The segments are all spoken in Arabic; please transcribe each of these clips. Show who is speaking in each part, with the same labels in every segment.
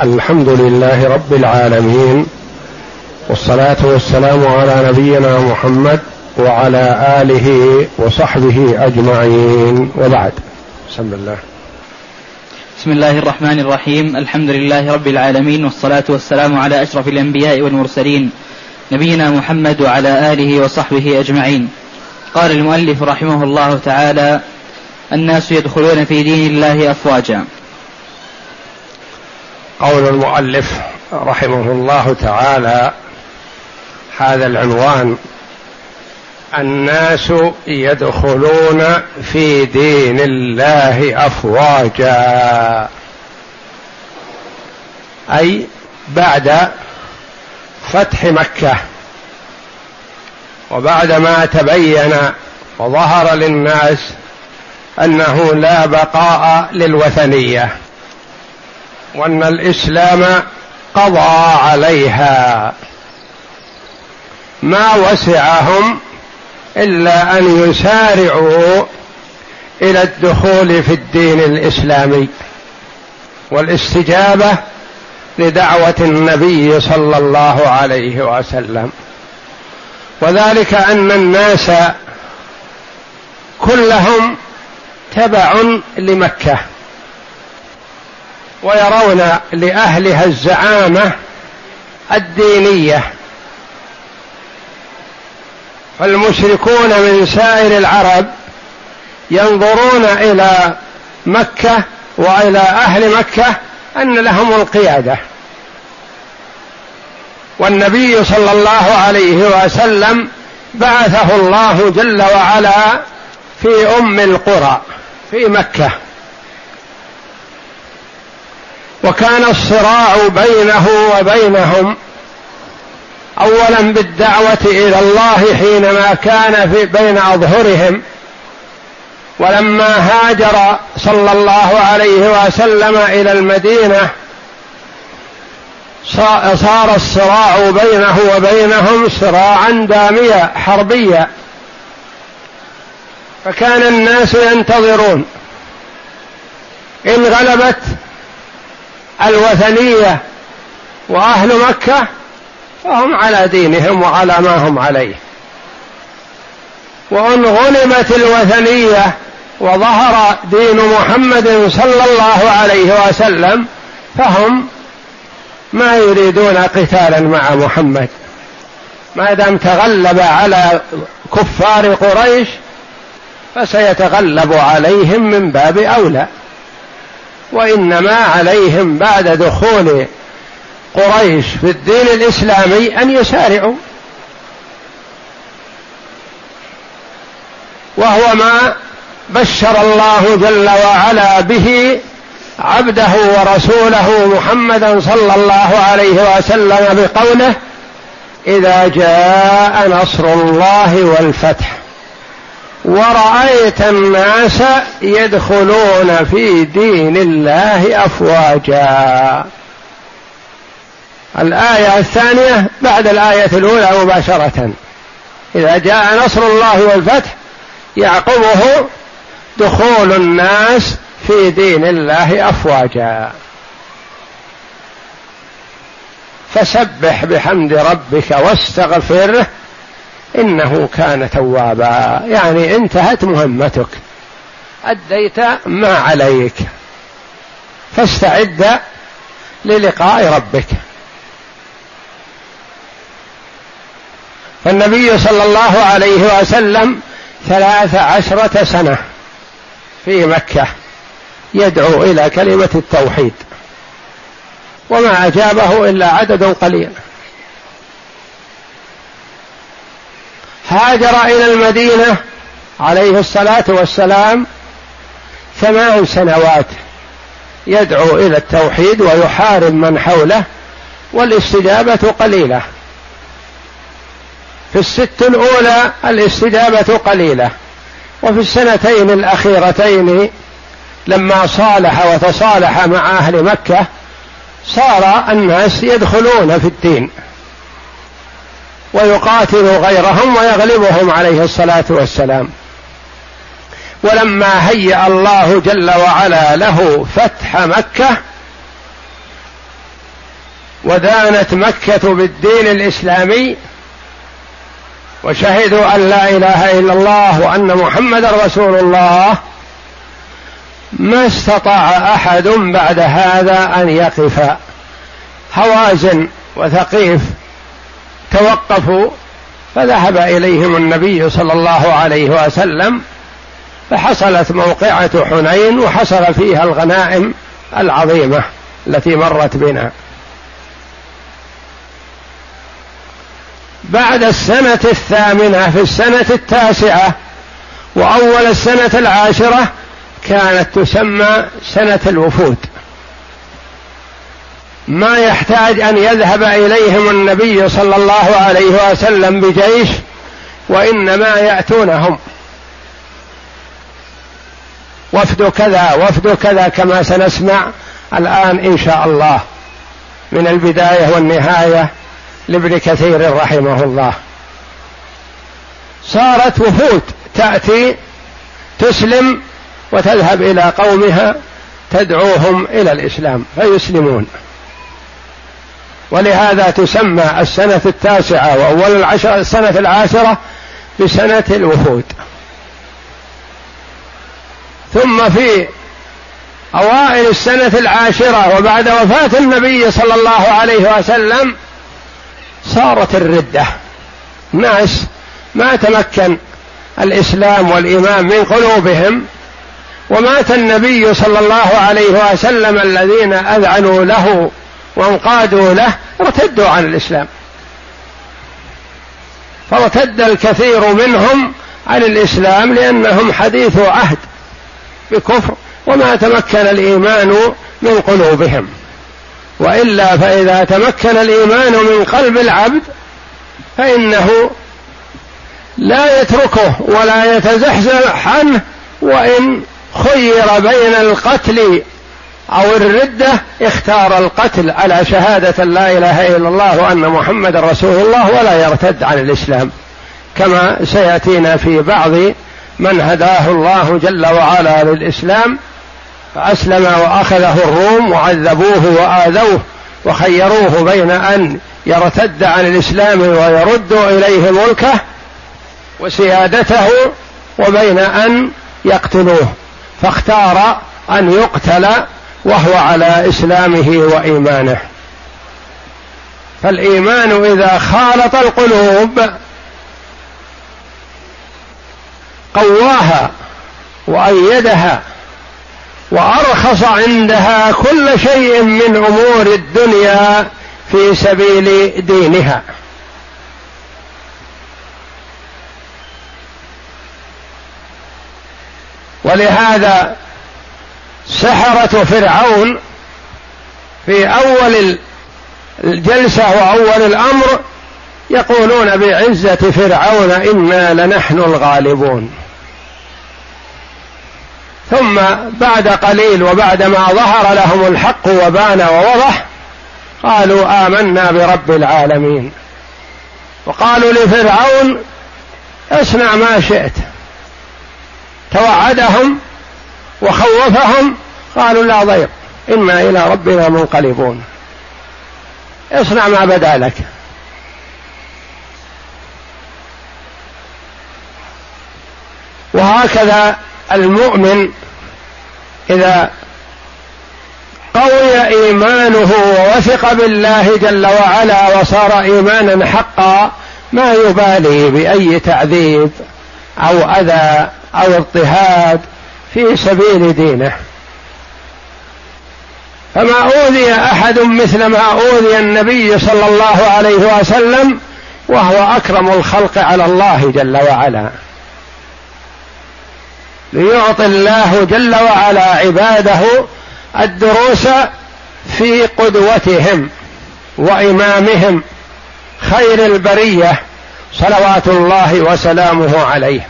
Speaker 1: الحمد لله رب العالمين، والصلاة والسلام على نبينا محمد وعلى آله وصحبه أجمعين، وبعد.
Speaker 2: بسم الله الرحمن الرحيم. الحمد لله رب العالمين، والصلاة والسلام على أشرف الأنبياء والمرسلين نبينا محمد وعلى آله وصحبه أجمعين. قال المؤلف رحمه الله تعالى: الناس يدخلون في دين الله أفواجا.
Speaker 1: قول المؤلف رحمه الله تعالى هذا العنوان: الناس يدخلون في دين الله أفواجا، أي بعد فتح مكة، وبعدما تبين وظهر للناس أنه لا بقاء للوثنية، وأن الإسلام قضى عليها، ما وسعهم إلا أن يسارعوا إلى الدخول في الدين الإسلامي والاستجابة لدعوة النبي صلى الله عليه وسلم. وذلك أن الناس كلهم تبع لمكة، ويرون لأهلها الزعامة الدينية، فالمشركون من سائر العرب ينظرون إلى مكة وإلى أهل مكة أن لهم القيادة، والنبي صلى الله عليه وسلم بعثه الله جل وعلا في أم القرى في مكة، وكان الصراع بينه وبينهم أولا بالدعوة إلى الله حينما كان بين أظهرهم، ولما هاجر صلى الله عليه وسلم إلى المدينة صار الصراع بينه وبينهم صراعا داميا حربيا، فكان الناس ينتظرون إن غلبت الوثنية وأهل مكة فهم على دينهم وعلى ما هم عليه، وإن غلبت الوثنية وظهر دين محمد صلى الله عليه وسلم فهم ما يريدون قتالا مع محمد، ما دام تغلب على كفار قريش فسيتغلب عليهم من باب أولى، وإنما عليهم بعد دخول قريش في الدين الإسلامي أن يسارعوا، وهو ما بشر الله جل وعلا به عبده ورسوله محمدا صلى الله عليه وسلم بقوله: إذا جاء نصر الله والفتح ورأيت الناس يدخلون في دين الله أفواجا. الآية الثانية بعد الآية الأولى مباشرة: إذا جاء نصر الله والفتح يعقبه دخول الناس في دين الله أفواجا. فسبح بحمد ربك واستغفره إنه كان توابا، يعني انتهت مهمتك، أديت ما عليك، فاستعد للقاء ربك. فالنبي صلى الله عليه وسلم 13 سنة في مكة يدعو إلى كلمة التوحيد، وما أجابه إلا عدد قليل. هاجر إلى المدينة عليه الصلاة والسلام 8 سنوات يدعو إلى التوحيد ويحارب من حوله، والاستجابة قليلة. في ال6 الأولى الاستجابة قليلة، وفي السنتين الأخيرتين لما صالح وتصالح مع أهل مكة صار الناس يدخلون في الدين ويقاتل غيرهم ويغلبهم عليه الصلاة والسلام. ولما هيأ الله جل وعلا له فتح مكة ودانت مكة بالدين الإسلامي وشهدوا أن لا إله إلا الله وأن محمد رسول الله، ما استطاع أحد بعد هذا أن يقف. هوازن وثقيف توقفوا، فذهب إليهم النبي صلى الله عليه وسلم، فحصلت موقعة حنين وحصل فيها الغنائم العظيمة التي مرت بنا. بعد السنة 8 في السنة 9 وأول السنة 10 كانت تسمى سنة الوفود، ما يحتاج أن يذهب إليهم النبي صلى الله عليه وسلم بجيش، وإنما يأتونهم وفد كذا وفد كذا، كما سنسمع الآن إن شاء الله من البداية والنهاية لابن كثير رحمه الله. صارت وفود تأتي تسلم وتذهب إلى قومها تدعوهم إلى الإسلام فيسلمون، ولهذا تسمى السنة 9 وأول السنة 10 بسنة الوفود. ثم في أوائل السنة 10 وبعد وفاة النبي صلى الله عليه وسلم صارت الردة، ناس ما تمكن الإسلام والإيمان من قلوبهم، ومات النبي صلى الله عليه وسلم الذين أذعنوا له وانقادوا له ارتدوا عن الإسلام، فارتد الكثير منهم عن الإسلام لأنهم حديث عهد بكفر وما تمكن الإيمان من قلوبهم. وإلا فإذا تمكن الإيمان من قلب العبد فإنه لا يتركه ولا يتزحزح عنه، وإن خير بين القتل أو الردة اختار القتل على شهادة لا إله إلا الله وأن محمد رسول الله ولا يرتد عن الإسلام، كما سيأتينا في بعض من هداه الله جل وعلا للإسلام فأسلم وأخذه الروم وعذبوه وآذوه وخيروه بين أن يرتد عن الإسلام ويرد إليه ملكه وسيادته وبين أن يقتلوه، فاختار أن يقتل وهو على إسلامه وإيمانه. فالإيمان إذا خالط القلوب قواها وأيدها وأرخص عندها كل شيء من أمور الدنيا في سبيل دينها. ولهذا سحرة فرعون في أول الجلسة وأول الأمر يقولون بعزة فرعون إنا لنحن الغالبون، ثم بعد قليل وبعدما ظهر لهم الحق وبان ووضح قالوا آمنا برب العالمين، وقالوا لفرعون اصنع ما شئت، توعدهم وخوفهم، قالوا لا ضير إنا إلى ربنا منقلبون، اصنع ما بدا لك. وهكذا المؤمن إذا قوي إيمانه ووثق بالله جل وعلا وصار إيمانا حقا ما يبالي بأي تعذيب أو أذى أو اضطهاد في سبيل دينه. فما أوذي أحد مثل ما أوذي النبي صلى الله عليه وسلم وهو أكرم الخلق على الله جل وعلا، ليعطي الله جل وعلا عباده الدروس في قدوتهم وإمامهم خير البرية صلوات الله وسلامه عليه،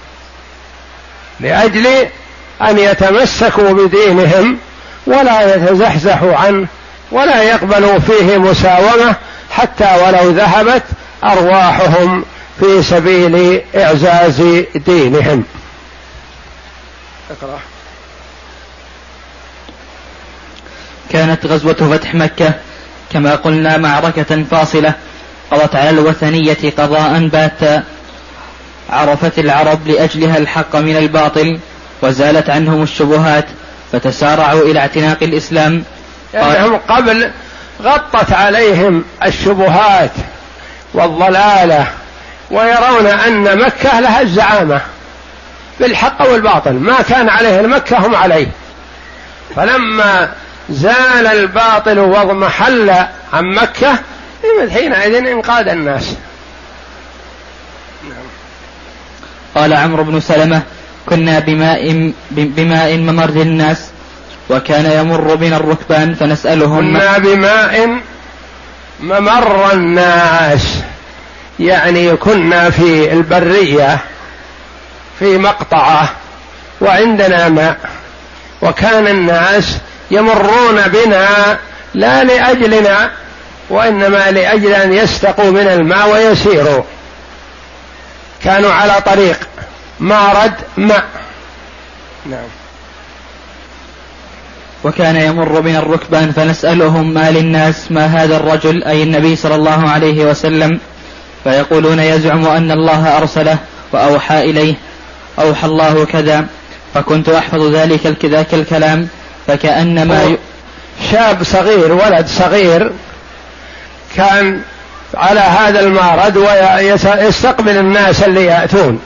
Speaker 1: لأجل أن يتمسكوا بدينهم ولا يتزحزحوا عنه ولا يقبلوا فيه مساومة حتى ولو ذهبت أرواحهم في سبيل إعزاز دينهم. اقرأ.
Speaker 2: كانت غزوة فتح مكة كما قلنا معركة فاصلة قضت على الوثنية قضاء باتا، عرفت العرب لأجلها الحق من الباطل وزالت عنهم الشبهات فتسارعوا إلى اعتناق الإسلام.
Speaker 1: هم قبل غطت عليهم الشبهات والضلالة، ويرون أن مكة لها الزعامة بالحق والباطل، ما كان عليه المكة هم عليه. فلما زال الباطل واضمحل عن مكة حينئذ انقاد الناس.
Speaker 2: قال عمرو بن سلمة: كنا بماء ممر الناس وكان يمر بنا الركبان فنسألهم.
Speaker 1: كنا بماء ممر الناس، يعني كنا في البرية في مقطعة وعندنا ماء، وكان الناس يمرون بنا لا لأجلنا وإنما لأجل أن يستقوا من الماء ويسيروا، كانوا على طريق مارد ماء. نعم.
Speaker 2: وكان يمر بنا الركبان فنسألهم: ما للناس، ما هذا الرجل، أي النبي صلى الله عليه وسلم؟ فيقولون: يزعم أن الله أرسله وأوحى إليه، أوحى الله كذا. فكنت أحفظ ذاك الكلام فكأنما
Speaker 1: شاب صغير، ولد صغير كان على هذا المارد ويستقبل الناس اللي يأتون،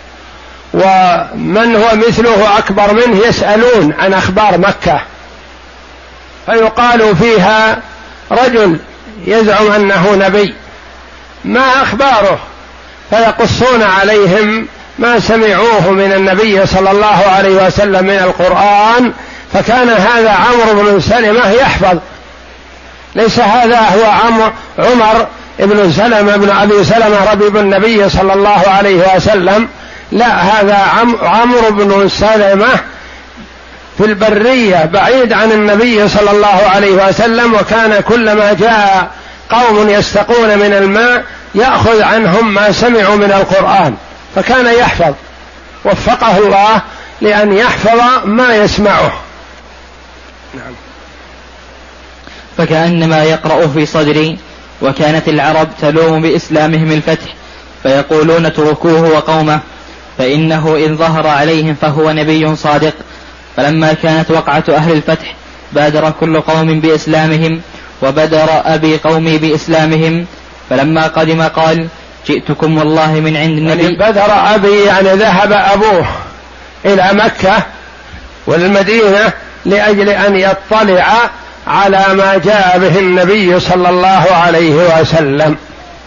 Speaker 1: ومن هو مثله أكبر منه يسألون عن أخبار مكة، فيقال فيها رجل يزعم أنه نبي، ما أخباره؟ فيقصون عليهم ما سمعوه من النبي صلى الله عليه وسلم من القرآن. فكان هذا عمرو بن سلمة يحفظ، ليس هذا هو عمر بن سلمة بن أبي سلمة ربيب النبي صلى الله عليه وسلم، لا، هذا عمرو بن سلمة في البرية بعيد عن النبي صلى الله عليه وسلم، وكان كلما جاء قوم يستقون من الماء يأخذ عنهم ما سمعوا من القرآن، فكان يحفظ، وفقه الله لأن يحفظ ما يسمعه. نعم.
Speaker 2: فكأنما يقرأ في صدري. وكانت العرب تلوم بإسلامهم الفتح فيقولون: اتركوه وقومه فإنه إن ظهر عليهم فهو نبي صادق. فلما كانت وقعة أهل الفتح بادر كل قوم بإسلامهم، وبدر أبي قومي بإسلامهم. فلما قدم قال: جئتكم والله من عند النبي.
Speaker 1: يعني بدر أبي يعني ذهب أبوه إلى مكة والمدينة لأجل أن يطلع على ما جاء به النبي صلى الله عليه وسلم.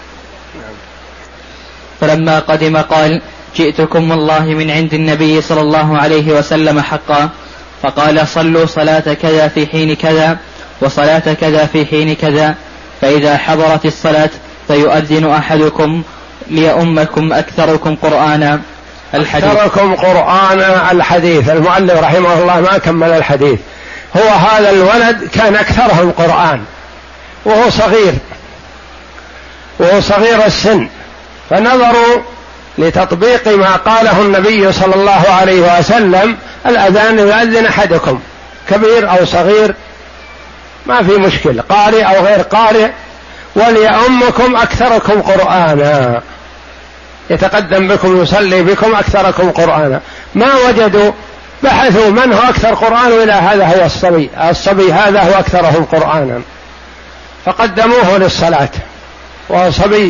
Speaker 2: فلما قدم قال: جئتكم والله من عند النبي صلى الله عليه وسلم حقا. فقال: صلوا صلاة كذا في حين كذا وصلاة كذا في حين كذا، فإذا حضرت الصلاة فيؤذن أحدكم ليؤمكم أكثركم قرآنا.
Speaker 1: أكثركم قرآنا. الحديث المؤلف رحمه الله ما كمل الحديث. هو هذا الولد كان أكثرهم قرآن وهو صغير السن، فنظروا لتطبيق ما قاله النبي صلى الله عليه وسلم: الأذان يؤذن أحدكم، كبير أو صغير ما في مشكلة، قارئ أو غير قارئ، وليؤمكم أكثركم قرآنا، يتقدم بكم يصلي بكم أكثركم قرآنا. ما وجدوا، بحثوا من هو أكثر قرآن، إلى هذا هو الصبي هذا هو أكثرهم قرآنا، فقدموه للصلاة، وهو صبي،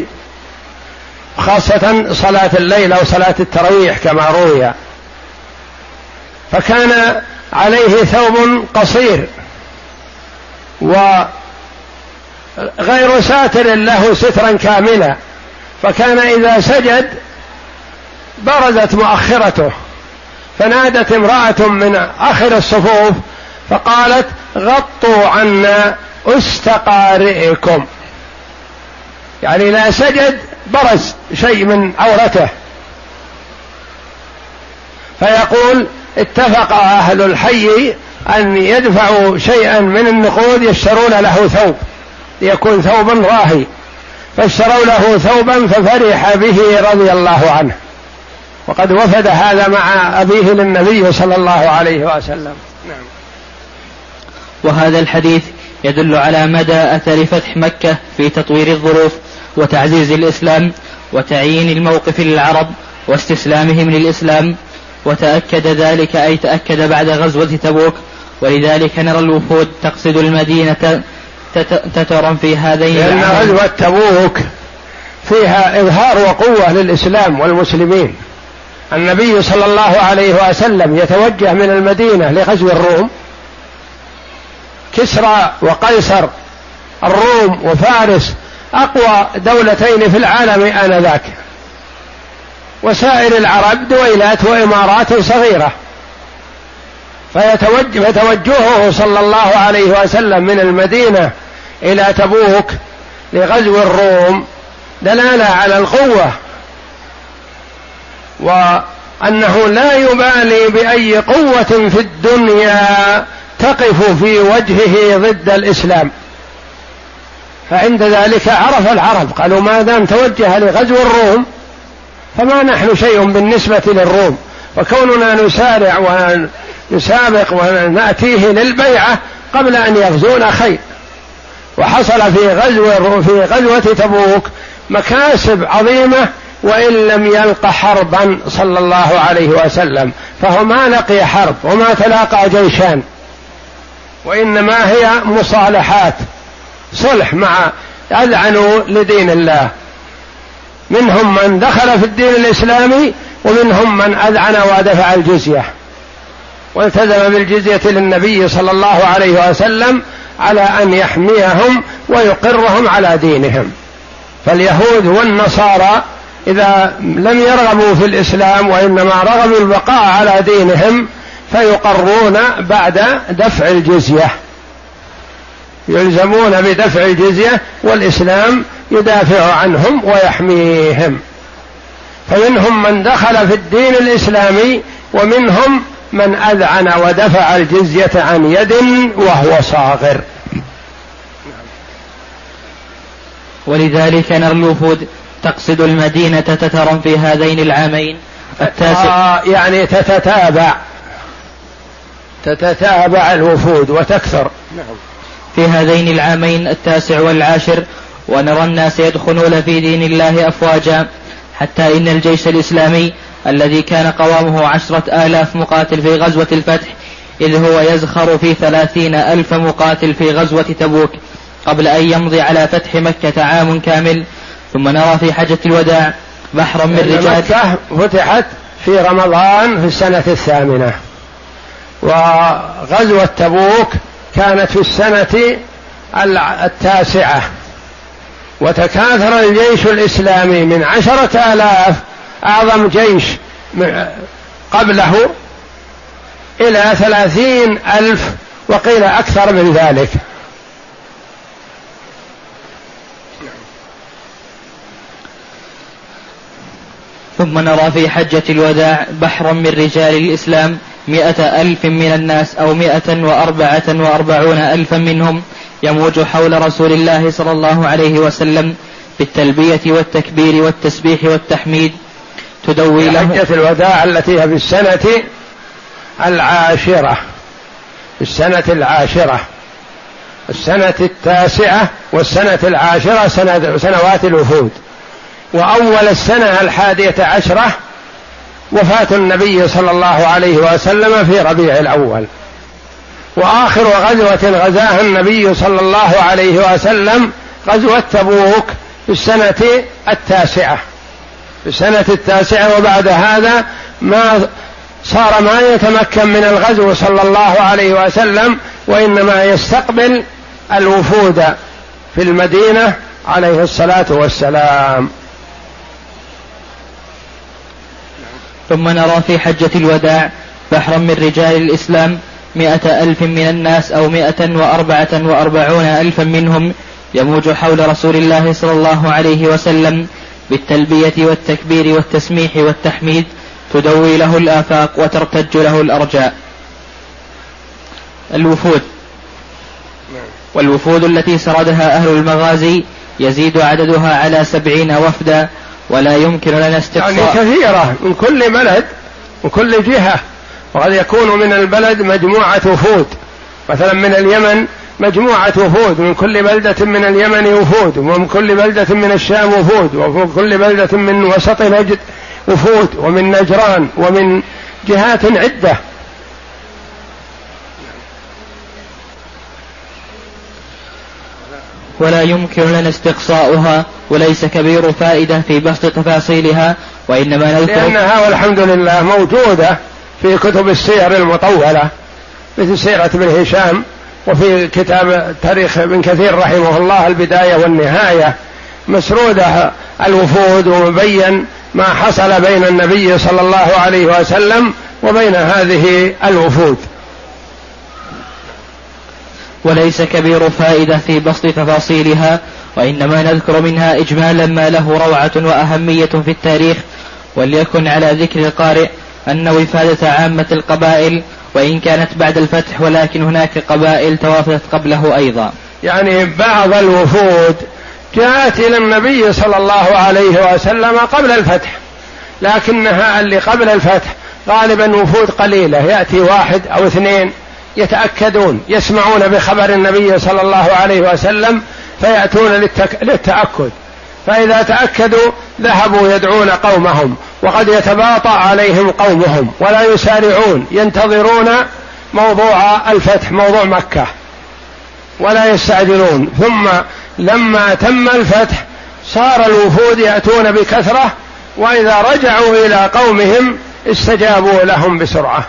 Speaker 1: خاصة صلاة الليل أو صلاة التراويح كما روي. فكان عليه ثوب قصير وغير ساتر له سترا كاملا، فكان إذا سجد برزت مؤخرته، فنادت امرأة من آخر الصفوف فقالت: غطوا عنا استقارئكم، يعني لا سجد برز شيء من عورته. فيقول: اتفق أهل الحي أن يدفعوا شيئا من النقود يشترون له ثوب ليكون ثوبا راهي، فاشتروا له ثوبا ففرح به رضي الله عنه، وقد وفد هذا مع أبيه للنبي صلى الله عليه وسلم. نعم.
Speaker 2: وهذا الحديث يدل على مدى أثر فتح مكة في تطوير الظروف وتعزيز الإسلام وتعيين الموقف للعرب واستسلامهم للإسلام. وتأكد ذلك أي تأكد بعد غزوة تبوك، ولذلك نرى الوفود تقصد المدينة تترا في هذين
Speaker 1: لأن غزوة تبوك فيها إظهار وقوة للإسلام والمسلمين. النبي صلى الله عليه وسلم يتوجه من المدينة لغزو الروم، كسرى وقيصر الروم وفارس أقوى دولتين في العالم آنذاك، وسائر العرب دويلات وإمارات صغيرة، فتوجهه صلى الله عليه وسلم من المدينة إلى تبوك لغزو الروم دلالة على القوة، وأنه لا يبالي بأي قوة في الدنيا تقف في وجهه ضد الإسلام. فعند ذلك عرف العرب، قالوا ما دام توجه لغزو الروم فما نحن شيء بالنسبة للروم، وكوننا نسارع ونسابق ونأتيه للبيعة قبل أن يغزونا خير. وحصل في غزوة تبوك مكاسب عظيمة وإن لم يلق حربا صلى الله عليه وسلم، فهو ما لقي حرب وما تلاقى جيشان، وإنما هي مصالحات صلح مع أذعنوا لدين الله، منهم من دخل في الدين الإسلامي ومنهم من أذعن ودفع الجزية والتزم بالجزية للنبي صلى الله عليه وسلم على أن يحميهم ويقرهم على دينهم. فاليهود والنصارى إذا لم يرغبوا في الإسلام وإنما رغبوا البقاء على دينهم فيقرون بعد دفع الجزية، يلزمون بدفع الجزية، والإسلام يدافع عنهم ويحميهم. فمنهم من دخل في الدين الإسلامي ومنهم من أذعن ودفع الجزية عن يد وهو صاغر.
Speaker 2: ولذلك نرى الوفود تقصد المدينة تترا في هذين العامين التاسع،
Speaker 1: يعني تتتابع الوفود وتكثر
Speaker 2: في هذين العامين التاسع والعاشر، ونرى الناس يدخلون في دين الله أفواجا، حتى إن الجيش الإسلامي الذي كان قوامه 10,000 مقاتل في غزوة الفتح إذ هو يزخر في 30,000 مقاتل في غزوة تبوك قبل أن يمضي على فتح مكة عام كامل. ثم نرى في حجة الوداع بحرا من رجال.
Speaker 1: مكة فتحت في رمضان في السنة 8، وغزوة تبوك كانت في السنة 9، وتكاثر الجيش الإسلامي من 10,000 أعظم جيش قبله إلى 30,000 وقيل أكثر من ذلك.
Speaker 2: ثم نرى في حجة الوداع بحرا من رجال الإسلام 100,000 من الناس أو 144,000 منهم يموج حول رسول الله صلى الله عليه وسلم بالتلبية والتكبير والتسبيح والتحميد تدوي له.
Speaker 1: حجة الوداع التي هي في السنة 10، السنة 9 والسنة 10 سنوات الوفود. وأول السنة 11 وفاة النبي صلى الله عليه وسلم في ربيع الأول. وآخر غزوة غزاها النبي صلى الله عليه وسلم غزوة تبوك في السنة 9، وبعد هذا ما صار ما يتمكن من الغزو صلى الله عليه وسلم، وإنما يستقبل الوفود في المدينة عليه الصلاة والسلام.
Speaker 2: ثم نرى في حجة الوداع بحرا من رجال الإسلام 100,000 من الناس أو 144,000 منهم يموج حول رسول الله صلى الله عليه وسلم بالتلبية والتكبير والتسميح والتحميد تدوي له الآفاق وترتج له الأرجاء. الوفود، والوفود التي سردها أهل المغازي يزيد عددها على 70 وفدا، ولا يمكن لنا استقصاء.
Speaker 1: يعني كثيرة من كل بلد وكل جهة، وقد يكون من البلد مجموعة وفود، مثلا من اليمن مجموعة وفود، من كل بلدة من اليمن وفود، ومن كل بلدة من الشام وفود، ومن كل بلدة من وسط نجد وفود، ومن نجران، ومن جهات عدة.
Speaker 2: ولا يمكن لنا استقصاؤها، وليس كبير فائدة في بسط تفاصيلها، وإنما نذكر
Speaker 1: لأنها والحمد لله موجودة في كتب السير المطولة مثل سيرة ابن هشام، وفي كتاب تاريخ ابن كثير رحمه الله البداية والنهاية مسرودة الوفود، ومبين ما حصل بين النبي صلى الله عليه وسلم وبين هذه الوفود.
Speaker 2: وليس كبير فائدة في بسط تفاصيلها، وإنما نذكر منها إجمالا ما له روعة وأهمية في التاريخ. وليكن على ذكر القارئ أن وفادة عامة القبائل وإن كانت بعد الفتح، ولكن هناك قبائل توافدت قبله أيضا.
Speaker 1: يعني بعض الوفود جاءت إلى النبي صلى الله عليه وسلم قبل الفتح، لكنها اللي قبل الفتح غالبا وفود قليلة، يأتي واحد أو اثنين يتأكدون، يسمعون بخبر النبي صلى الله عليه وسلم فيأتون للتأكد، فإذا تأكدوا ذهبوا يدعون قومهم، وقد يتباطأ عليهم قومهم ولا يسارعون، ينتظرون موضوع الفتح، موضوع مكة، ولا يستعجلون. ثم لما تم الفتح صار الوفود يأتون بكثرة، وإذا رجعوا إلى قومهم استجابوا لهم بسرعة.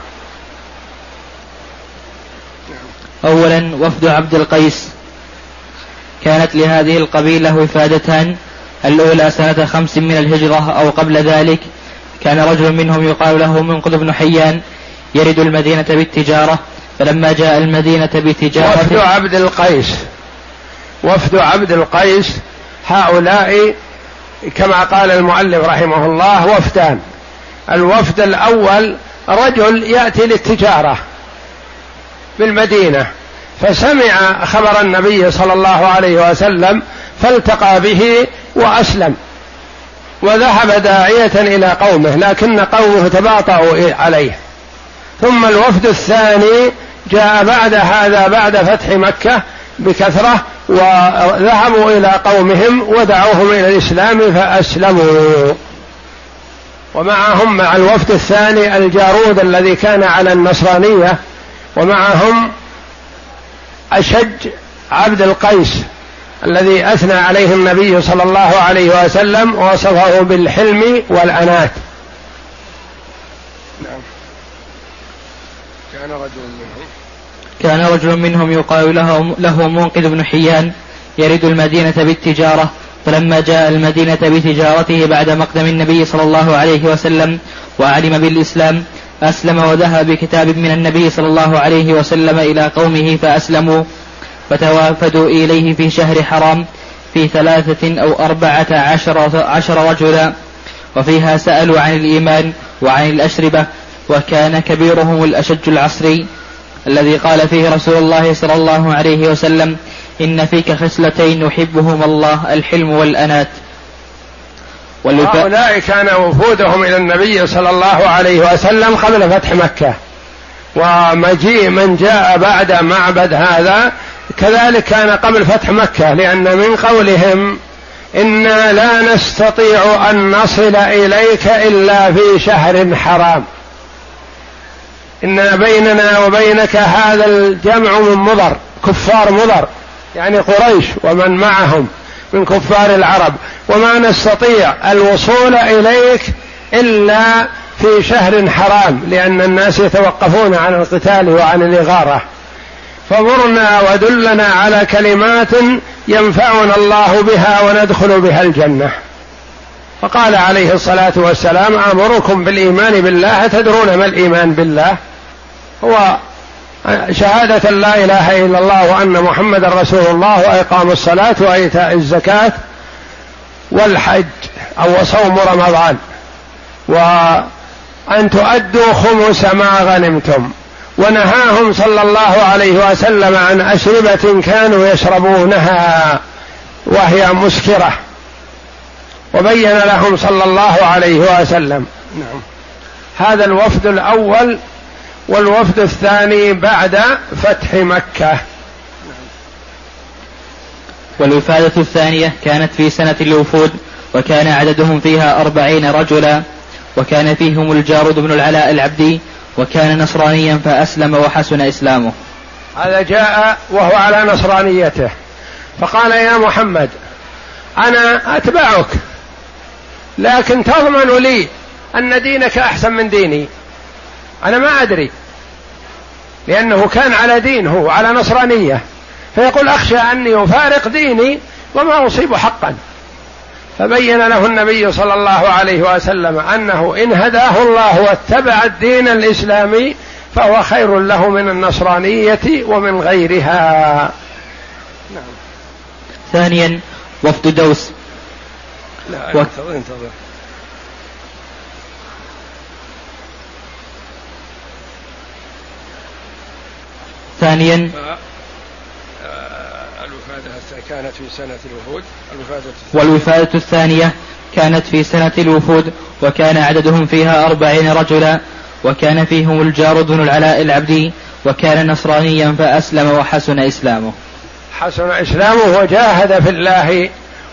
Speaker 2: أولا وفد عبد القيس. كانت لهذه القبيلة وفادتان، الأولى سنة 5 من الهجرة أو قبل ذلك. كان رجل منهم يقال له منقذ بن حيان يرد المدينة بالتجارة، فلما جاء المدينة بتجارة
Speaker 1: وفد عبد القيس. وفد عبد القيس هؤلاء كما قال المؤلف رحمه الله وفدان. الوفد الأول رجل يأتي للتجارة بالمدينة، فسمع خبر النبي صلى الله عليه وسلم فالتقى به وأسلم، وذهب داعية إلى قومه، لكن قومه تباطؤوا عليه. ثم الوفد الثاني جاء بعد هذا بعد فتح مكة بكثرة، وذهبوا إلى قومهم ودعوهم إلى الإسلام فأسلموا. ومعهم مع الوفد الثاني الجارود الذي كان على النصرانية، ومعهم أشج عبد القيس الذي أثنى عليه النبي صلى الله عليه وسلم ووصفه بالحلم والأنات.
Speaker 2: كان رجل منهم يقال له منقذ بن حيان يرد المدينة بالتجارة، فلما جاء المدينة بتجارته بعد مقدم النبي صلى الله عليه وسلم وعلم بالإسلام أسلم، وذهب بكتاب من النبي صلى الله عليه وسلم إلى قومه فأسلموا، فتوافدوا إليه في شهر حرام في 13 أو 14 رجلا، وفيها سألوا عن الإيمان وعن الأشربة. وكان كبيرهم الأشج العصري الذي قال فيه رسول الله صلى الله عليه وسلم: إن فيك خصلتين يحبهما الله، الحلم والأنات.
Speaker 1: هؤلاء كان وفودهم إلى النبي صلى الله عليه وسلم قبل فتح مكة، ومجيء من جاء بعد معبد هذا كذلك كان قبل فتح مكة، لأن من قولهم إنا لا نستطيع أن نصل إليك إلا في شهر حرام، إن بيننا وبينك هذا الجمع من مضر، كفار مضر يعني قريش ومن معهم من كفار العرب، وما نستطيع الوصول إليك إلا في شهر حرام، لأن الناس يتوقفون عن القتال وعن الإغارة، فمرنا ودلنا على كلمات ينفعنا الله بها وندخل بها الجنة. فقال عليه الصلاة والسلام: آمركم بالإيمان بالله. تدرون ما الإيمان بالله؟ هو شهادة لا إله إلا الله وأن محمد رسول الله، وإقام الصلاة وإيتاء الزكاة والحج أو صوم رمضان، وأن تؤدوا خمس ما غنمتم. ونهاهم صلى الله عليه وسلم عن أشربة كانوا يشربونها وهي مسكرة، وبين لهم صلى الله عليه وسلم. نعم. هذا الوفد الأول. والوفد الثاني بعد فتح مكة.
Speaker 2: والوفادة الثانية كانت في سنة الوفود، وكان عددهم فيها 40 رجلا، وكان فيهم الجارود بن العلاء العبدي، وكان نصرانيا فأسلم وحسن إسلامه.
Speaker 1: هذا جاء وهو على نصرانيته، فقال يا محمد أنا أتبعك، لكن تضمن لي أن دينك أحسن من ديني؟ أنا ما أدري، لأنه كان على دينه وعلى نصرانية، فيقول أخشى أني أفارق ديني وما أصيب حقا. فبين له النبي صلى الله عليه وسلم أنه إن هداه الله واتبع الدين الإسلامي فهو خير له من النصرانية ومن غيرها.
Speaker 2: نعم. ثانيا وفد دوس.
Speaker 1: لا انتظر.
Speaker 2: ثانيا
Speaker 1: كانت في سنة الوفود.
Speaker 2: والوفادة الثانية كانت في سنة الوفود، وكان عددهم فيها 40 رجلا، وكان فيهم الجارود بن العلاء العبدي، وكان نصرانيا فأسلم وحسن إسلامه.
Speaker 1: حسن إسلامه وجاهد في الله،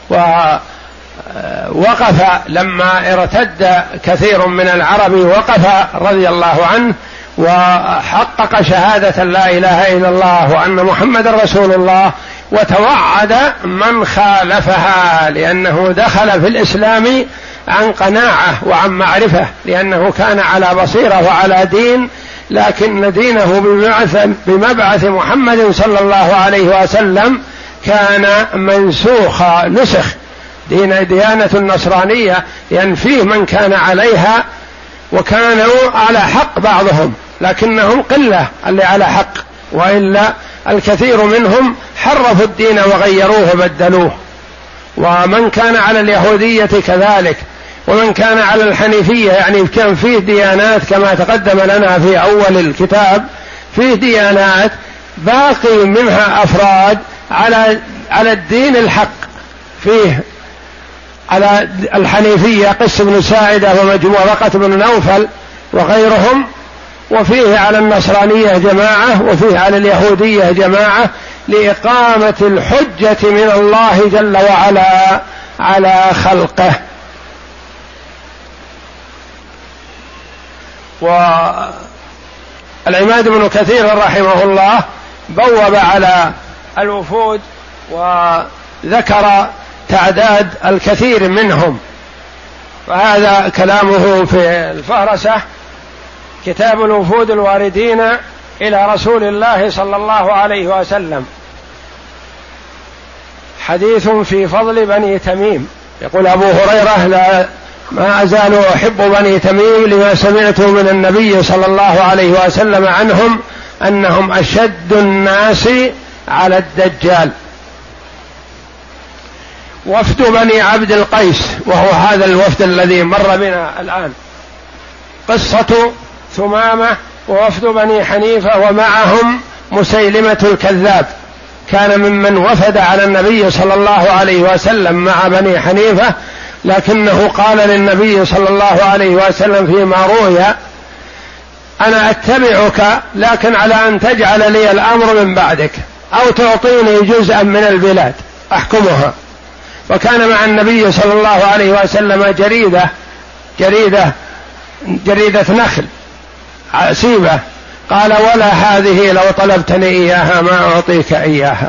Speaker 1: ووقف لما ارتد كثير من العرب، وقف رضي الله عنه وحقق شهادة لا إله إلا الله وأن محمد رسول الله، وتوعد من خالفها، لأنه دخل في الإسلام عن قناعة وعن معرفة، لأنه كان على بصيرة وعلى دين، لكن دينه بمبعث محمد صلى الله عليه وسلم كان منسوخ، نسخ ديانة النصرانية، لأن فيه من كان عليها وكانوا على حق بعضهم، لكنهم قلة اللي على حق، وإلا الكثير منهم حرفوا الدين وغيروه وبدلوه. ومن كان على اليهودية كذلك، ومن كان على الحنيفية، يعني كان فيه ديانات كما تقدم لنا في أول الكتاب، فيه ديانات باقي منها أفراد على الدين الحق، فيه على الحنيفية قس بن ساعدة ومجموعة بن نوفل وغيرهم، وفيه على النصرانية جماعة، وفيه على اليهودية جماعة، لإقامة الحجة من الله جل وعلا على خلقه. والعماد بن كثير رحمه الله بوب على الوفود وذكر تعداد الكثير منهم، فهذا كلامه في الفهرسة: كتاب الوفود الواردين إلى رسول الله صلى الله عليه وسلم، حديث في فضل بني تميم. يقول أبو هريرة: لا ما أزال أحب بني تميم لما سمعت من النبي صلى الله عليه وسلم عنهم أنهم أشد الناس على الدجال. وفد بني عبد القيس، وهو هذا الوفد الذي مر بنا الآن، قصة ثمامة ووفد بني حنيفة ومعهم مسيلمة الكذاب، كان ممن وفد على النبي صلى الله عليه وسلم مع بني حنيفة، لكنه قال للنبي صلى الله عليه وسلم فيما روي: أنا أتبعك لكن على أن تجعل لي الأمر من بعدك، أو تعطيني جزءا من البلاد أحكمها. وكان مع النبي صلى الله عليه وسلم جريدة نخل عسيبة، قال: ولا هذه لو طلبتني إياها ما أعطيك إياها.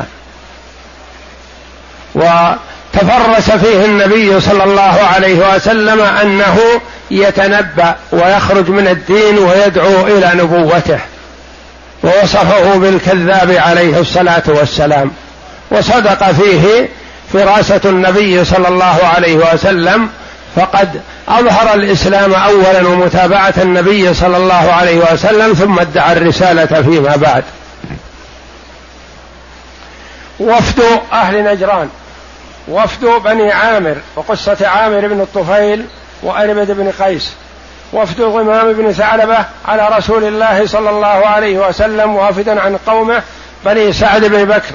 Speaker 1: وتفرس فيه النبي صلى الله عليه وسلم أنه يتنبأ ويخرج من الدين ويدعو إلى نبوته، ووصفه بالكذاب عليه الصلاة والسلام، وصدق فيه فراسة النبي صلى الله عليه وسلم، فقد أظهر الإسلام أولا ومتابعة النبي صلى الله عليه وسلم، ثم ادعى الرسالة فيما بعد. وفد أهل نجران، وفد بني عامر، وقصة عامر بن الطفيل وأربد بن قيس، وفد غمام بن ثعلبة على رسول الله صلى الله عليه وسلم وافدا عن قومه بني سعد بن بكر.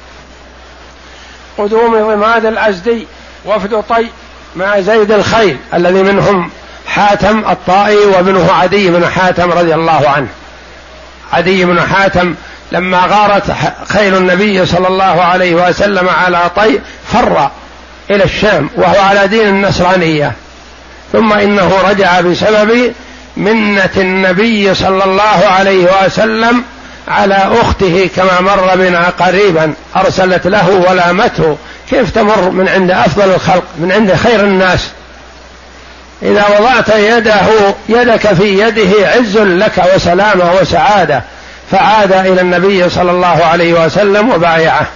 Speaker 1: قدوم ضماد الأزدي، وفد طي مع زيد الخيل الذي منهم حاتم الطائي وابنه عدي بن حاتم رضي الله عنه. عدي بن حاتم لما غارت خيل النبي صلى الله عليه وسلم على طي فر إلى الشام وهو على دين النصرانية، ثم إنه رجع بسبب منة النبي صلى الله عليه وسلم على أخته كما مر بنا قريبا، أرسلت له ولامته. كيف تمر من عند أفضل الخلق، من عند خير الناس؟ إذا وضعت يدك في يده عز لك وسلامة وسعادة. فعاد إلى النبي صلى الله عليه وسلم وبايعه.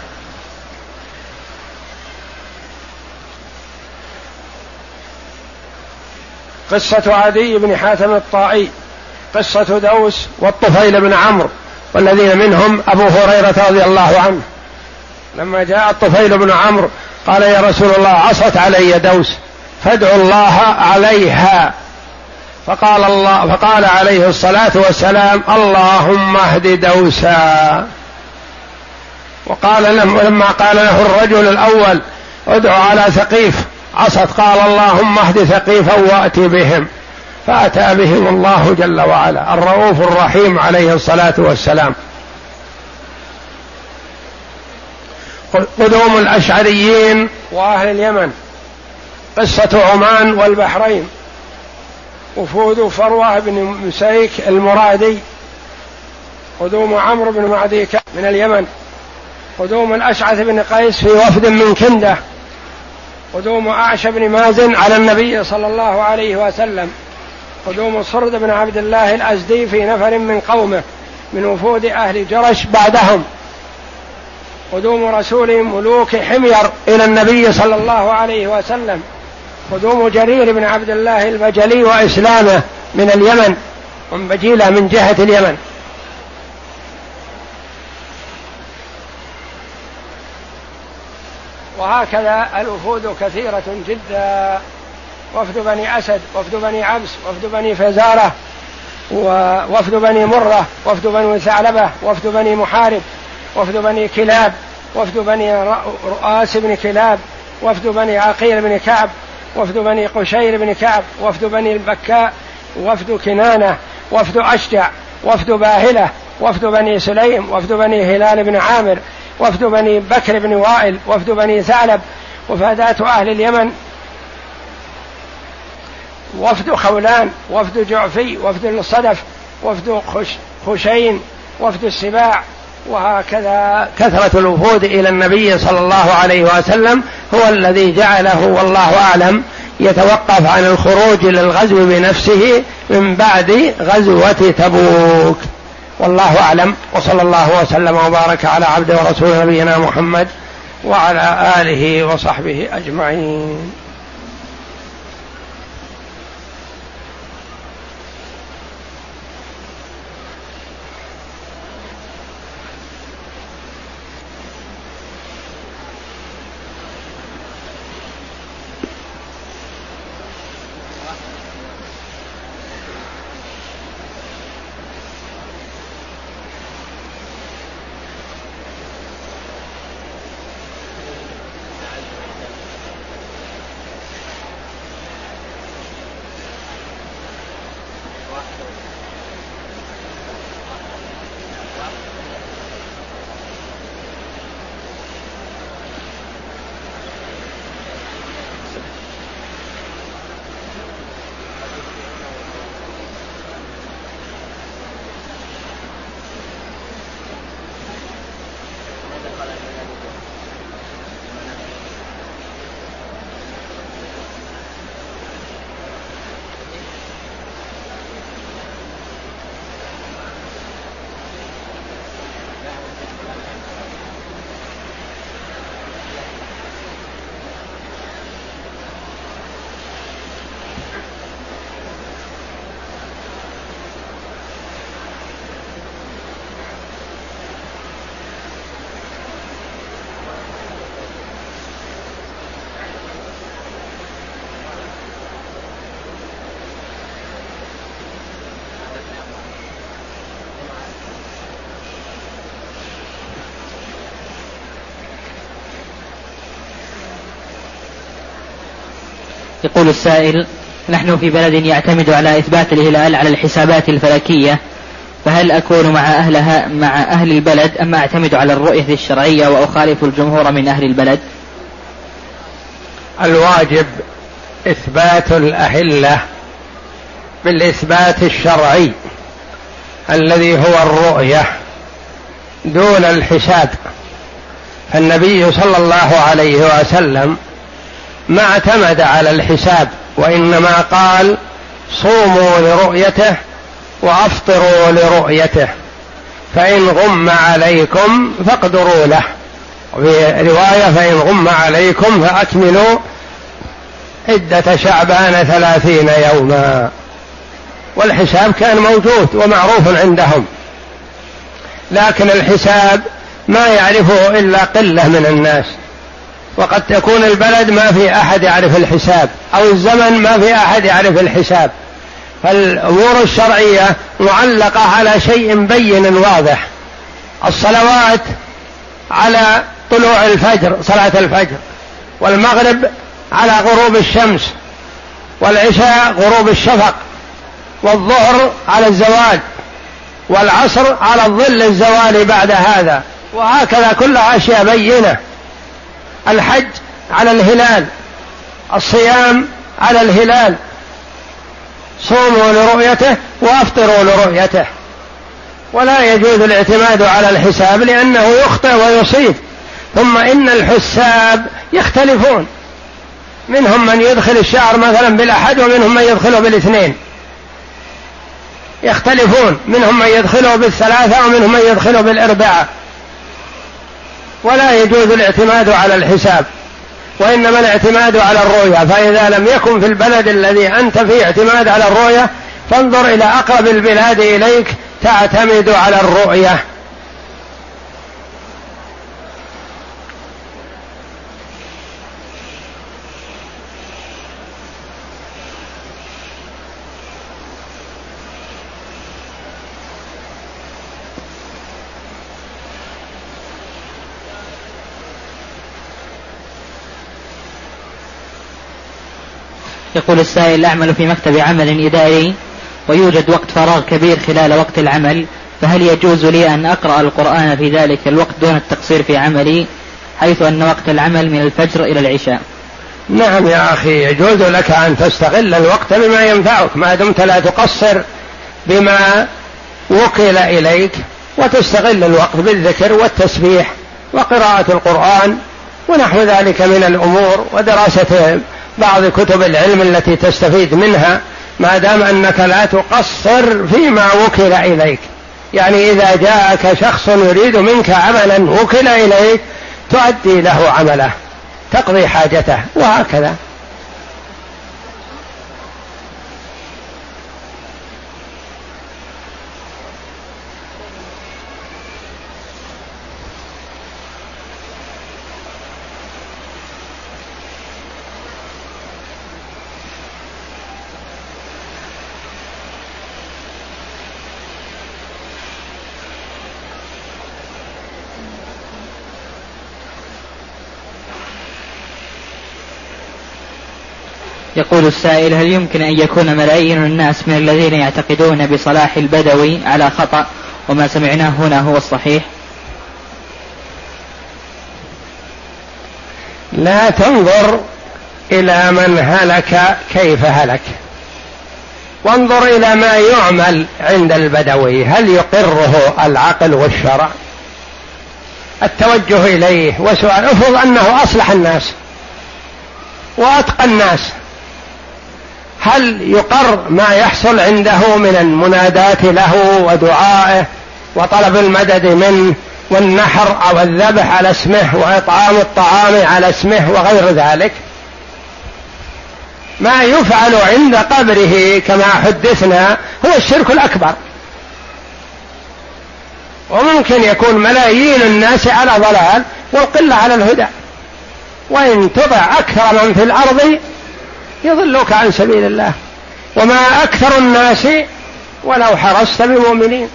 Speaker 1: قصة عدي بن حاتم الطائي، قصة دوس والطفيل بن عمرو، والذين منهم أبو هريرة رضي الله عنه. لما جاء الطفيل بن عمرو قال: يا رسول الله، عصت علي دوس فادعوا الله عليها. فقال عليه الصلاة والسلام: اللهم اهد دوسا. لما قال له الرجل الأول: ادعو على ثقيف، عصت، قال: اللهم اهد ثقيفا وأتي بهم، فأتى بهم الله جل وعلا، الرؤوف الرحيم عليه الصلاة والسلام. قدوم الأشعريين وأهل اليمن، قصة عمان والبحرين، وفود فروة بن مسيك المرادي، قدوم عمرو بن معدي من اليمن، قدوم الأشعث بن قيس في وفد من كندة، قدوم أعش بن مازن على النبي صلى الله عليه وسلم، قدوم صرد بن عبد الله الأزدي في نفر من قومه من وفود أهل جرش بعدهم، قدوم رسول ملوك حمير إلى النبي صلى الله عليه وسلم، قدوم جرير بن عبد الله البجلي وإسلامه من اليمن، من بجيلة من جهة اليمن. وهكذا الوفود كثيرة جدا، وفد بني أسد، وفد بني عبس، وفد بني فزارة، ووفد بني مرة، وفد بني ثعلبة، وفد بني محارب، وفد بني كلاب، وفد بني رؤاس بن كلاب، وفد بني عقيل بن كعب، وفد بني قشير بن كعب، وفد بني البكاء، وفد كنانة، وفد أشجع، وفد باهلة، وفد بني سليم، وفد بني هلال بن عامر، وفد بني بكر بن وائل، وفد بني ثعلب، وفادات أهل اليمن، وفد خولان، وفد جعفي، وفد الصدف، وفد خشين، وفد السباع. وهكذا كثرة الوفود إلى النبي صلى الله عليه وسلم هو الذي جعله والله أعلم يتوقف عن الخروج للغزو بنفسه من بعد غزوة تبوك، والله أعلم. وصلى الله وسلم وبارك على عبده ورسوله نبينا محمد وعلى آله وصحبه أجمعين.
Speaker 2: يقول السائل: نحن في بلد يعتمد على إثبات الهلال على الحسابات الفلكية، فهل أكون مع أهل البلد أم أعتمد على الرؤية الشرعية وأخالف الجمهور من أهل البلد؟
Speaker 1: الواجب إثبات الأهلة بالإثبات الشرعي الذي هو الرؤية دون الحساب. فالنبي صلى الله عليه وسلم ما اعتمد على الحساب، وإنما قال صوموا لرؤيته وأفطروا لرؤيته، فإن غم عليكم فاقدروا له، وفي رواية فإن غم عليكم فأكملوا عدة شعبان 30 يوما. والحساب كان موجود ومعروف عندهم، لكن الحساب ما يعرفه إلا قلة من الناس، وقد تكون البلد ما في أحد يعرف الحساب، أو الزمن ما في أحد يعرف الحساب. فالأمور الشرعية معلقة على شيء بين واضح. الصلوات على طلوع الفجر، صلاة الفجر، والمغرب على غروب الشمس، والعشاء غروب الشفق، والظهر على الزوال، والعصر على الظل الزوال بعد هذا، وهكذا كلها أشياء بينة. الحج على الهلال، الصيام على الهلال، صوموا لرؤيته وافطروا لرؤيته. ولا يجوز الاعتماد على الحساب لأنه يخطئ ويصيب. ثم إن الحساب يختلفون، منهم من يدخل الشهر مثلا بالأحد، ومنهم من يدخله بالاثنين، يختلفون، منهم من يدخله بالثلاثة ومنهم من يدخله بالأربعة. ولا يجوز الاعتماد على الحساب، وإنما الاعتماد على الرؤية. فإذا لم يكن في البلد الذي أنت فيه اعتماد على الرؤية، فانظر إلى أقرب البلاد إليك تعتمد على الرؤية.
Speaker 2: يقول السائل: أعمل في مكتب عمل إداري ويوجد وقت فراغ كبير خلال وقت العمل، فهل يجوز لي أن أقرأ القرآن في ذلك الوقت دون التقصير في عملي، حيث أن وقت العمل من الفجر إلى العشاء؟
Speaker 1: نعم يا أخي، يجوز لك أن تستغل الوقت بما ينفعك، ما دمت لا تقصر بما وكل إليك، وتستغل الوقت بالذكر والتسبيح وقراءة القرآن ونحو ذلك من الأمور، ودراسة بعض كتب العلم التي تستفيد منها، ما دام أنك لا تقصر فيما وكل إليك. يعني إذا جاءك شخص يريد منك عملا وكل إليك تؤدي له عمله، تقضي حاجته، وهكذا.
Speaker 2: يقول السائل: هل يمكن أن يكون ملايين الناس من الذين يعتقدون بصلاح البدوي على خطأ، وما سمعناه هنا هو الصحيح؟
Speaker 1: لا تنظر إلى من هلك كيف هلك، وانظر إلى ما يعمل عند البدوي، هل يقره العقل والشرع؟ التوجه إليه وسؤال، افرض أنه أصلح الناس وأتقى الناس، هل يقر ما يحصل عنده من المنادات له ودعائه وطلب المدد منه والنحر أو الذبح على اسمه وإطعام الطعام على اسمه وغير ذلك؟ ما يفعل عند قبره كما حدثنا هو الشرك الأكبر. وممكن يكون ملايين الناس على ضلال والقلة على الهدى، وإن تطع أكثر من في الأرض يضلوك عن سبيل الله، وما أكثر الناس ولو حرصت بمؤمنين.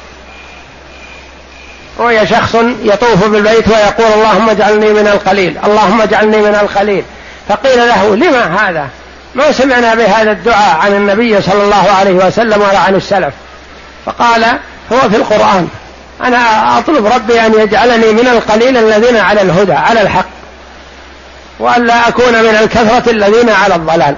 Speaker 1: رؤيا شخص يطوف بالبيت ويقول: اللهم اجعلني من القليل، اللهم اجعلني من القليل، فقيل له: لما هذا؟ ما سمعنا بهذا الدعاء عن النبي صلى الله عليه وسلم ولا عن السلف. فقال: هو في القرآن. أنا أطلب ربي أن يجعلني من القليل الذين على الهدى على الحق، وأن لا أكون من الكثرة الذين على الضلال.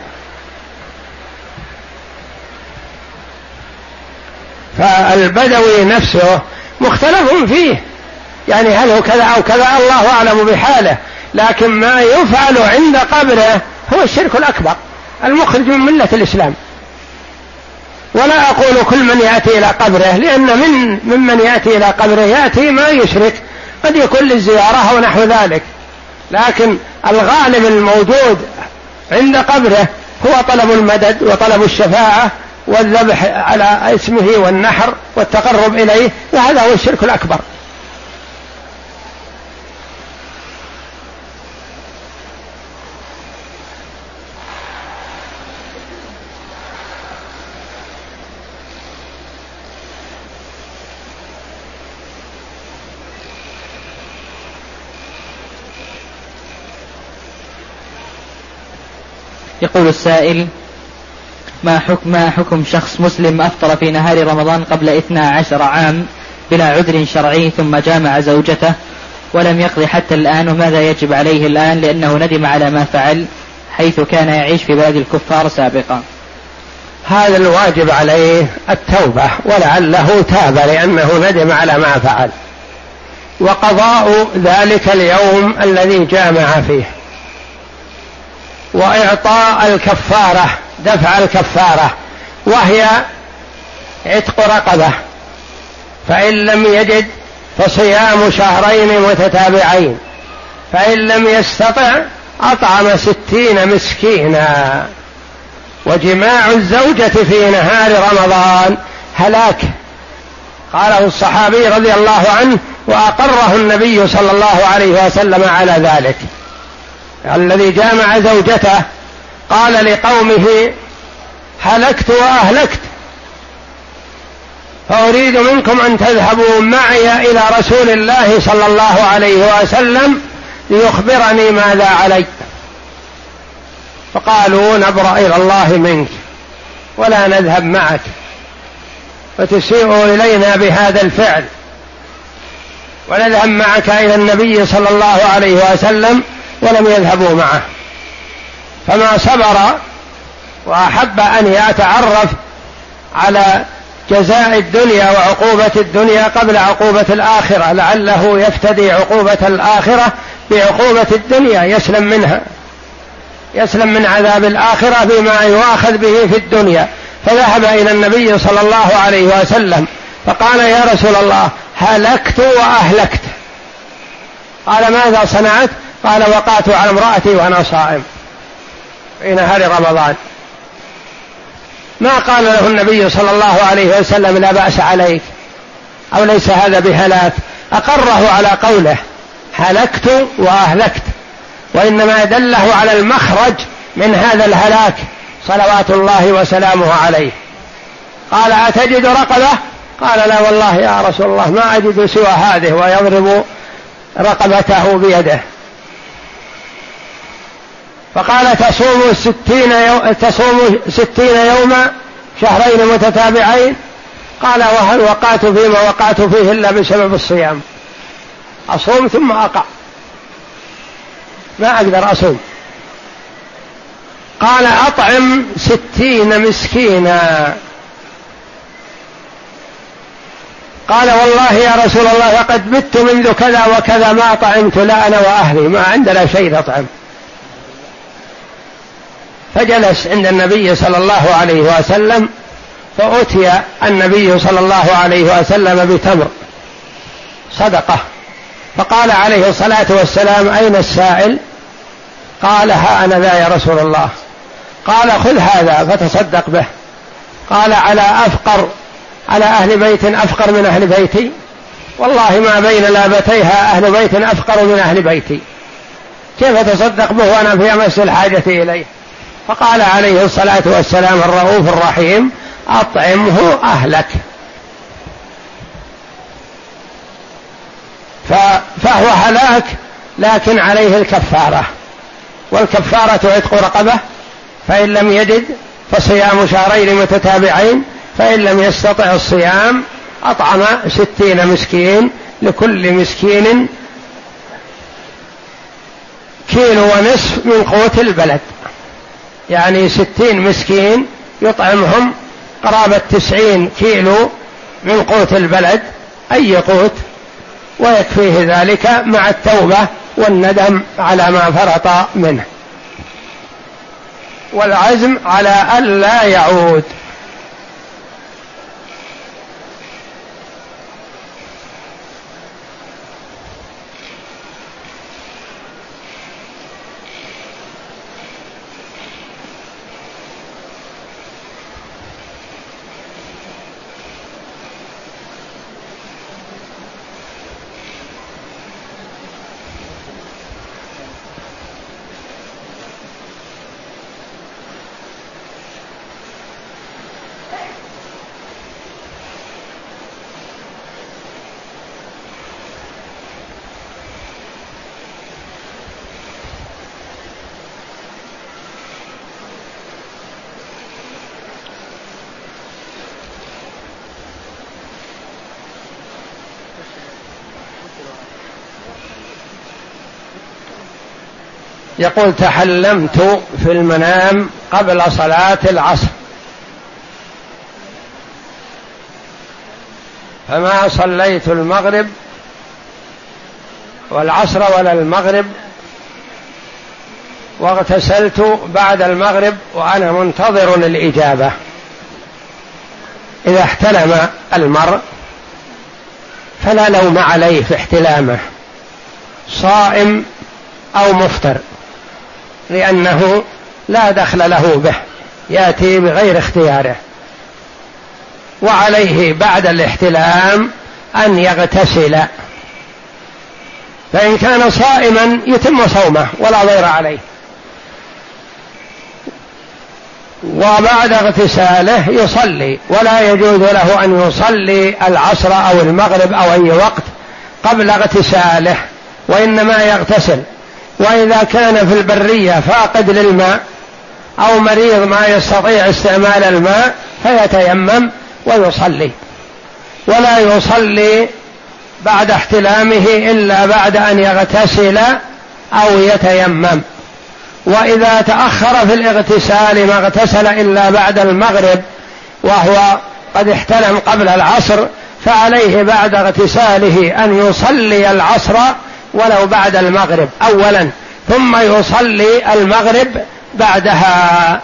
Speaker 1: فالبدوي نفسه مختلف فيه، يعني هل هو كذا أو كذا الله أعلم بحاله، لكن ما يفعل عند قبره هو الشرك الأكبر المخرج من ملة الإسلام. ولا أقول كل من يأتي إلى قبره، لأن ممن يأتي إلى قبره يأتي ما يشرك، قد يكون للزيارة ونحو ذلك، لكن الغالب الموجود عند قبره هو طلب المدد وطلب الشفاعة والذبح على اسمه والنحر والتقرب إليه، وهذا هو الشرك الأكبر.
Speaker 2: يقول السائل: ما حكم شخص مسلم أفطر في نهار رمضان قبل 12 عام بلا عذر شرعي ثم جامع زوجته ولم يقضي حتى الآن، وماذا يجب عليه الآن لأنه ندم على ما فعل حيث كان يعيش في بلد الكفار سابقا؟
Speaker 1: هذا الواجب عليه التوبة، ولعله تاب لأنه ندم على ما فعل، وقضاء ذلك اليوم الذي جامع فيه، وإعطاء الكفارة، دفع الكفارة، وهي عتق رقبة، فإن لم يجد فصيام شهرين متتابعين، فإن لم يستطع أطعم 60 مسكينا. وجماع الزوجة في نهار رمضان هلاك، قاله الصحابي رضي الله عنه، وأقره النبي صلى الله عليه وسلم على ذلك. الذي جامع زوجته قال لقومه: هلكت وأهلكت، فأريد منكم أن تذهبوا معي إلى رسول الله صلى الله عليه وسلم ليخبرني ماذا علي. فقالوا: نبرأ إلى الله منك ولا نذهب معك، فتسيء إلينا بهذا الفعل، ونذهب معك إلى النبي صلى الله عليه وسلم، ولم يذهبوا معه. فما صبر وأحب أن يتعرف على جزاء الدنيا وعقوبة الدنيا قبل عقوبة الآخرة، لعله يفتدي عقوبة الآخرة بعقوبة الدنيا، يسلم منها، يسلم من عذاب الآخرة بما يؤاخذ به في الدنيا. فذهب إلى النبي صلى الله عليه وسلم فقال: يا رسول الله، هلكت وأهلكت. قال: ماذا صنعت؟ قال: وقعت على امرأتي وأنا صائم في نهار رمضان. ما قال له النبي صلى الله عليه وسلم: لا بأس عليك، أو ليس هذا بهلاك، أقره على قوله هلكت وأهلكت، وإنما دله على المخرج من هذا الهلاك صلوات الله وسلامه عليه. قال: أتجد رقبة؟ قال: لا والله يا رسول الله ما أجد سوى هذه، ويضرب رقبته بيده. فقال: تصوم 60 يوما شهرين متتابعين؟ قال: وهل وقعت فيما وقعت فيه إلا بسبب الصيام، أصوم ثم أقع، ما أقدر أصوم. قال: أطعم 60 مسكينا. قال: والله يا رسول الله لقد بت منذ كذا وكذا ما طعمت، لا أنا وأهلي، ما عندنا شيء نطعم. فجلس عند النبي صلى الله عليه وسلم، فأتي النبي صلى الله عليه وسلم بتمر صدقة، فقال عليه الصلاة والسلام: أين السائل؟ قال: ها أنا ذا يا رسول الله. قال: خذ هذا فتصدق به. قال: على أهل بيت أفقر من أهل بيتي؟ والله ما بين لابتيها أهل بيت أفقر من أهل بيتي، كيف تصدق به وأنا في أمس الحاجة إليه؟ فقال عليه الصلاة والسلام الرؤوف الرحيم: أطعمه أهلك. فهو هلاك، لكن عليه الكفارة، والكفارة عتق رقبة، فإن لم يجد فصيام شهرين متتابعين، فإن لم يستطع الصيام أطعم 60 مسكين، لكل مسكين 1.5 كيلو من قوت البلد، يعني 60 مسكين يطعمهم قرابة 90 كيلو من قوت البلد، أي قوت، ويكفيه ذلك مع التوبة والندم على ما فرط منه والعزم على ألا يعود. يقول: تحلمت في المنام قبل صلاة العصر فما صليت المغرب والعصر ولا المغرب، واغتسلت بعد المغرب وأنا منتظر الإجابة. إذا احتلم المرء فلا لوم عليه في احتلامه، صائم أو مفطر، لأنه لا دخل له به، يأتي بغير اختياره، وعليه بعد الاحتلام أن يغتسل، فإن كان صائما يتم صومه ولا ضير عليه، وبعد اغتساله يصلي، ولا يجوز له أن يصلي العصر أو المغرب أو أي وقت قبل اغتساله، وإنما يغتسل. وإذا كان في البرية فاقد للماء أو مريض ما يستطيع استعمال الماء فيتيمم ويصلي، ولا يصلي بعد احتلامه إلا بعد أن يغتسل أو يتيمم. وإذا تأخر في الاغتسال ما اغتسل إلا بعد المغرب وهو قد احتلم قبل العصر، فعليه بعد اغتساله أن يصلي العصر ولو بعد المغرب أولا، ثم يصلي المغرب بعدها.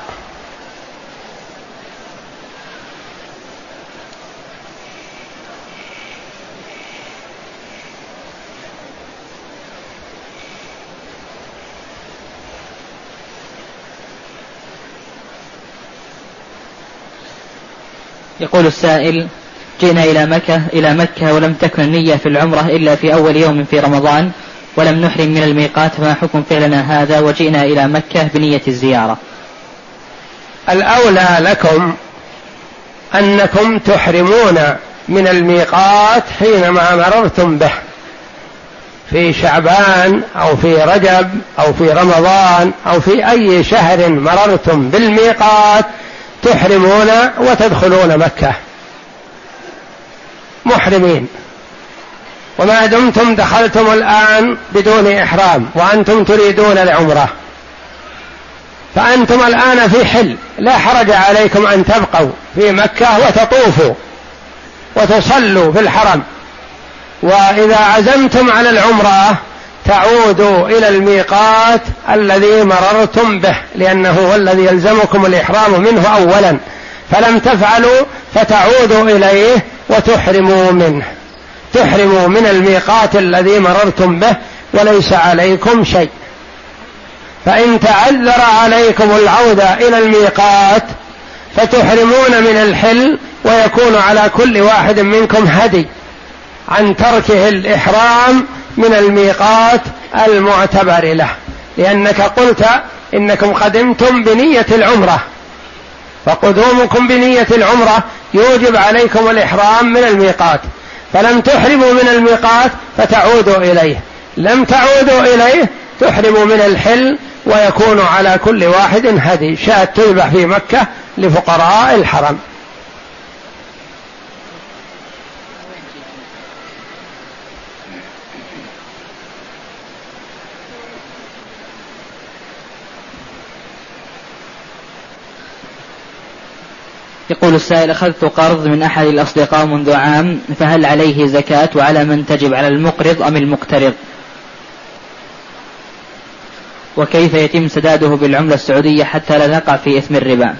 Speaker 2: يقول السائل: جئنا إلى مكة ولم تكن النية في العمرة إلا في أول يوم في رمضان، ولم نحرم من الميقات، فما حكم فعلنا هذا؟ وجئنا إلى مكة بنية الزيارة.
Speaker 1: الأولى لكم أنكم تحرمون من الميقات حينما مررتم به في شعبان أو في رجب أو في رمضان أو في أي شهر مررتم بالميقات، تحرمون وتدخلون مكة محرمين. وما دمتم دخلتم الآن بدون إحرام وأنتم تريدون العمرة، فأنتم الآن في حل، لا حرج عليكم أن تبقوا في مكة وتطوفوا وتصلوا في الحرم. وإذا عزمتم على العمرة تعودوا إلى الميقات الذي مررتم به، لأنه هو الذي يلزمكم الإحرام منه أولا، فلم تفعلوا فتعودوا إليه وتحرموا منه، تحرموا من الميقات الذي مررتم به وليس عليكم شيء. فإن تعذر عليكم العودة إلى الميقات فتحرمون من الحل، ويكون على كل واحد منكم هدي عن تركه الإحرام من الميقات المعتبر له، لأنك قلت إنكم قدمتم بنية العمرة، فقدومكم بنية العمرة يوجب عليكم الإحرام من الميقات، فلم تحرموا من الميقات فتعودوا إليه، لم تعودوا إليه تحرموا من الحل، ويكون على كل واحد هدي، شاة تذبح في مكة لفقراء الحرم.
Speaker 2: يقول السائل: أخذت قرض من أحد الأصدقاء منذ عام، فهل عليه زكاة؟ وعلى من تجب، على المقرض أم المقترض؟ وكيف يتم سداده بالعملة السعودية حتى لا نقع في إثم الربا؟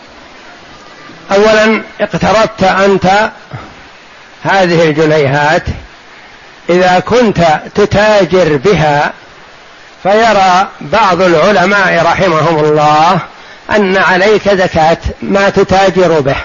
Speaker 1: أولا، اقترضت أنت هذه الجنيهات، إذا كنت تتاجر بها فيرى بعض العلماء رحمهم الله أن عليك زكاة ما تتاجر به.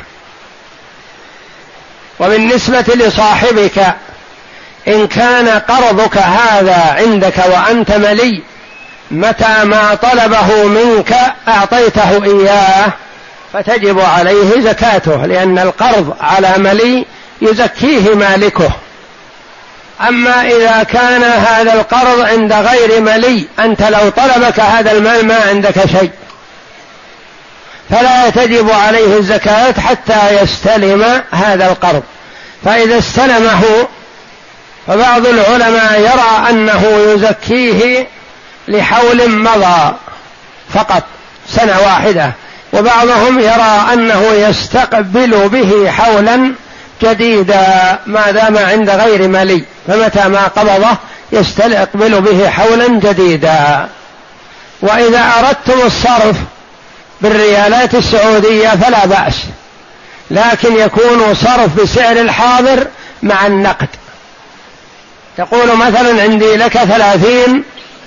Speaker 1: وبالنسبة لصاحبك، إن كان قرضك هذا عندك وأنت ملي، متى ما طلبه منك أعطيته إياه فتجب عليه زكاته، لأن القرض على ملي يزكيه مالكه. أما إذا كان هذا القرض عند غير ملي، أنت لو طلبك هذا المال ما عندك شيء، فلا تجب عليه الزكاة حتى يستلم هذا القرض. فإذا استلمه، فبعض العلماء يرى أنه يزكيه لحول مضى فقط، سنة واحدة، وبعضهم يرى أنه يستقبل به حولا جديدا ما دام عند غير ملي، فمتى ما قبضه يستقبل به حولا جديدا. وإذا أردتم الصرف بالريالات السعودية فلا بأس، لكن يكون صرف بسعر الحاضر مع النقد. تقول مثلا: عندي لك 30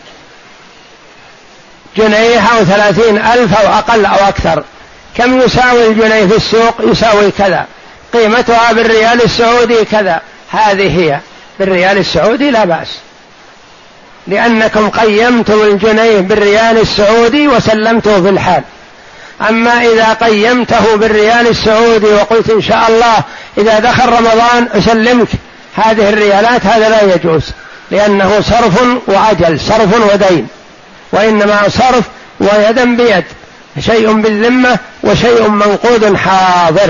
Speaker 1: جنيه أو 30,000 أو أقل أو أكثر، كم يساوي الجنيه في السوق؟ يساوي كذا، قيمتها بالريال السعودي كذا، هذه هي بالريال السعودي، لا بأس، لأنكم قيمتم الجنيه بالريال السعودي وسلمته في الحال. أما إذا قيمته بالريال السعودي وقلت إن شاء الله إذا دخل رمضان أسلمك هذه الريالات، هذا لا يجوز، لأنه صرف وأجل، صرف ودين، وإنما صرف ويدا بيد، شيء بالذمة وشيء منقود حاضر.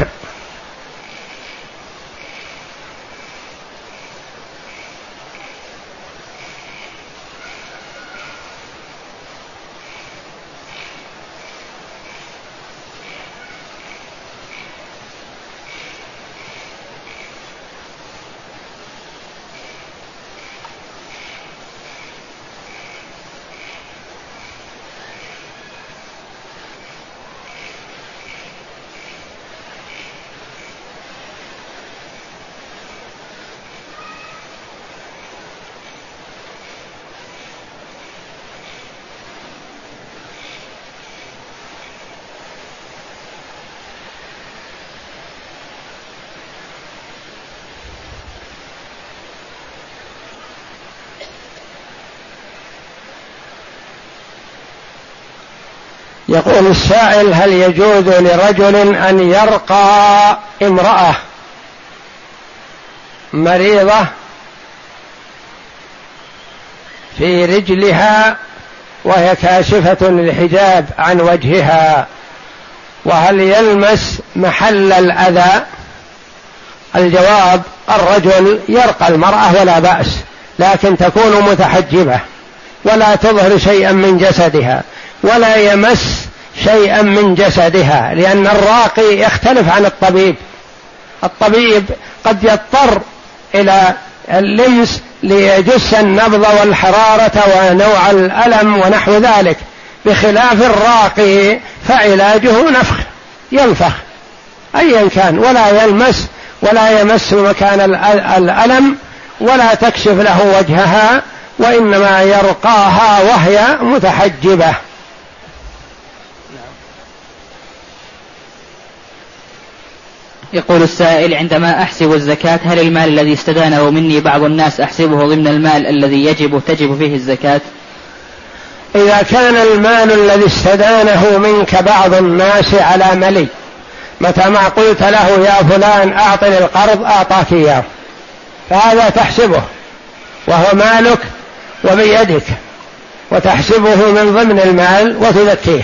Speaker 1: يقول السائل: هل يجوز لرجل أن يرقى امرأة مريضة في رجلها وهي كاشفة الحجاب عن وجهها، وهل يلمس محل الأذى؟ الجواب: الرجل يرقى المرأة ولا بأس، لكن تكون متحجبة ولا تظهر شيئا من جسدها ولا يمس شيئا من جسدها، لأن الراقي يختلف عن الطبيب. الطبيب قد يضطر إلى اللمس ليجس النبض والحرارة ونوع الألم ونحو ذلك، بخلاف الراقي فعلاجه نفخ، ينفخ أيا كان ولا يلمس ولا يمس مكان الألم ولا تكشف له وجهها، وإنما يرقاها وهي متحجبة.
Speaker 2: يقول السائل: عندما أحسب الزكاة، هل المال الذي استدانه مني بعض الناس أحسبه ضمن المال الذي تجب فيه الزكاة؟
Speaker 1: إذا كان المال الذي استدانه منك بعض الناس على ملي، متى ما قلت له يا فلان أعطني القرض أعطاك إياه، فهذا تحسبه وهو مالك وبيدك، وتحسبه من ضمن المال وتزكيه.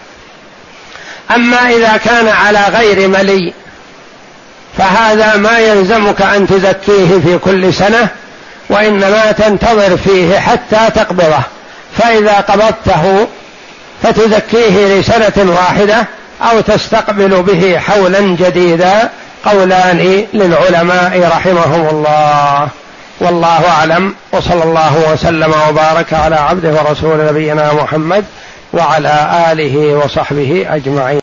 Speaker 1: أما إذا كان على غير ملي فهذا ما يلزمك أن تزكيه في كل سنة، وإنما تنتظر فيه حتى تقبضه، فإذا قبضته فتزكيه لسنة واحدة، أو تستقبل به حولا جديدا، قولان للعلماء رحمهم الله، والله أعلم. وصلى الله وسلم وبارك على عبده ورسول نبينا محمد وعلى آله وصحبه أجمعين.